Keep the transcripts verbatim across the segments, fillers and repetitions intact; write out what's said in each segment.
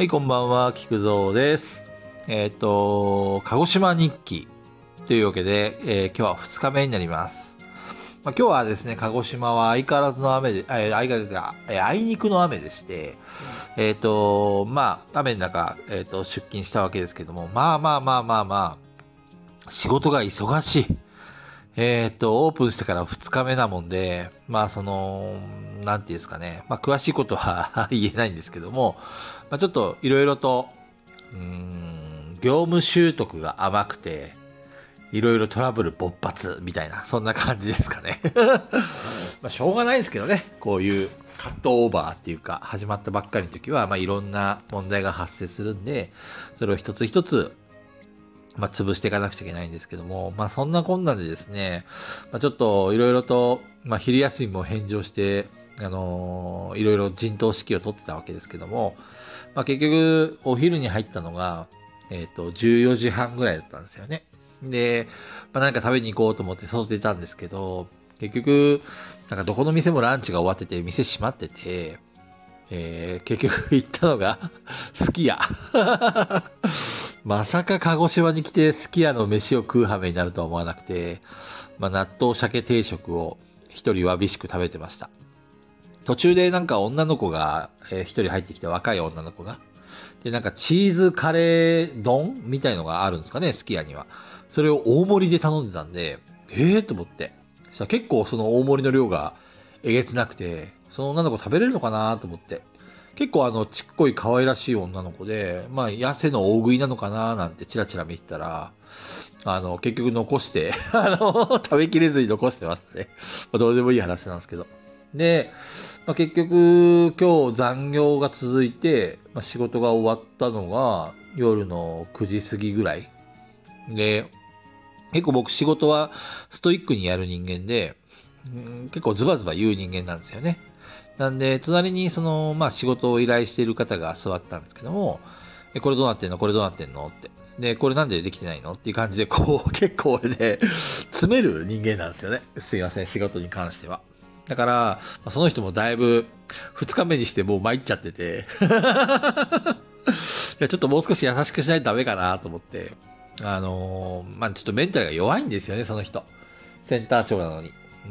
はい、こんばんは、菊蔵です。えっ、と、鹿児島日記というわけで、えー今日はふつかめになります。まあ、今日はですね、鹿児島は相変わらずの雨で、えー相変わらずが、えーあいにくの雨でして、えっ、と、まあ、雨の中、えっ、と、出勤したわけですけども、まあまあまあまあまあ、仕事が忙しい。えっ、と、オープンしてからふつかめなもんで、まあ、その、なんていうんですかね、まあ、詳しいことは言えないんですけども、まあ、ちょっといろいろと、うーん、業務習得が甘くて、いろいろトラブル勃発みたいな、そんな感じですかね。まあ、しょうがないですけどね、こういうカットオーバーっていうか、始まったばっかりの時は、まあ、いろんな問題が発生するんで、それを一つ一つ、まあ、潰していかなくちゃいけないんですけども、まあ、そんなこんなでですね、まあ、ちょっといろいろと、まあ、昼休みも返上して、あのーいろいろ陣頭指揮を取ってたわけですけども、まあ、結局、お昼に入ったのが、えっ、と、じゅうよじはんぐらいだったんですよね。で、まあ、なんか食べに行こうと思って外出たんですけど、結局、なんかどこの店もランチが終わってて、店閉まってて、えー結局行ったのが、すき家。まさか鹿児島に来てすき家の飯を食う羽目になるとは思わなくて、まあ、納豆鮭定食を一人わびしく食べてました。途中でなんか女の子が、えー一人入ってきて、若い女の子が。で、なんかチーズカレー丼みたいのがあるんですかね、すき家には。それを大盛りで頼んでたんで、ええー、と思って。そしたら結構その大盛りの量がえげつなくて、その女の子食べれるのかなと思って。結構あの、ちっこい可愛らしい女の子で、まあ、痩せの大食いなのかななんてチラチラ見てたら、あの、結局残して、あの、食べきれずに残してますね。まあ、どうでもいい話なんですけど。で、まあ、結局、今日残業が続いて、まあ、仕事が終わったのが夜のくじ過ぎぐらい。で、結構僕仕事はストイックにやる人間で、うん結構ズバズバ言う人間なんですよね。なんで、隣にその、まあ仕事を依頼している方が座ったんですけども、え、これどうなってんのこれどうなってんのって。で、これなんでできてないのっていう感じで、こう、結構俺ね、詰める人間なんですよね。すいません、仕事に関しては。だから、まあその人もだいぶ、二日目にしてもう参っちゃってて、いや、ちょっともう少し優しくしないとダメかなと思って、あのーまあちょっとメンタルが弱いんですよね、その人。センター長なのに。うん、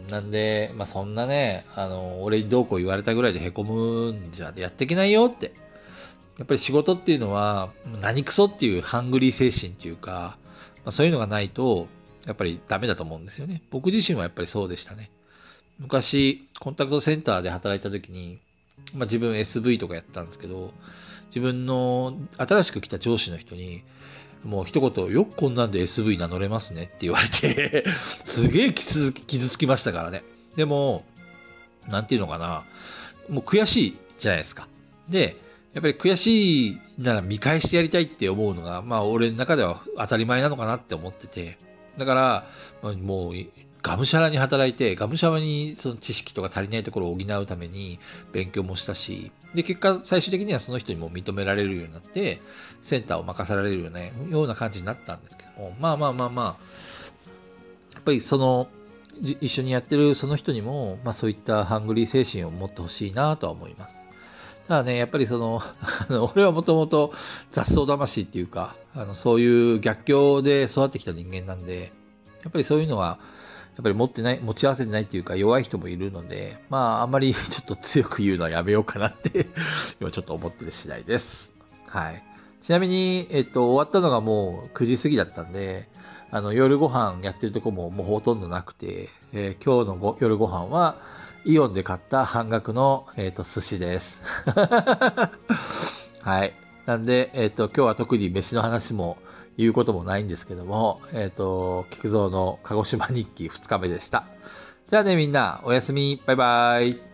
なんで、まあ、そんなね、あの、俺にどうこう言われたぐらいで凹むんじゃやっていけないよって。やっぱり仕事っていうのは、何クソっていうハングリー精神っていうか、まあ、そういうのがないと、やっぱりダメだと思うんですよね。僕自身はやっぱりそうでしたね。昔、コンタクトセンターで働いた時に、まあ、自分 エスブイ とかやったんですけど、自分の新しく来た上司の人に、もう一言、よくこんなんで エスブイ 名乗れますねって言われてすげえ傷つき傷つきましたからね。でも、なんていうのかな、もう悔しいじゃないですか。で、やっぱり悔しいなら見返してやりたいって思うのが、まあ俺の中では当たり前なのかなって思ってて、だから、まあもう、がむしゃらに働いて、がむしゃらにその知識とか足りないところを補うために勉強もしたし、で、結果最終的にはその人にも認められるようになって、センターを任せられるようなような感じになったんですけども、まあまあまあまあ、やっぱりその、じ一緒にやってるその人にも、まあそういったハングリー精神を持ってほしいなとは思います。ただね、やっぱりその、あの俺はもともと雑草魂っていうか、あの、そういう逆境で育ってきた人間なんで、やっぱりそういうのは、やっぱり持ってない、持ち合わせてないっていうか弱い人もいるので、まああんまりちょっと強く言うのはやめようかなって今ちょっと思ってる次第です。はい。ちなみに、えっと、終わったのがもうくじ過ぎだったんで、あの、夜ご飯やってるとこももうほとんどなくて、えー今日のご夜ご飯は、イオンで買った半額の、えっと、寿司です。はい。なんで、えっと、今日は特に飯の話も言うこともないんですけども、えっと、菊蔵の鹿児島日記ふつかめでした。じゃあね、みんな、おやすみ。バイバイ。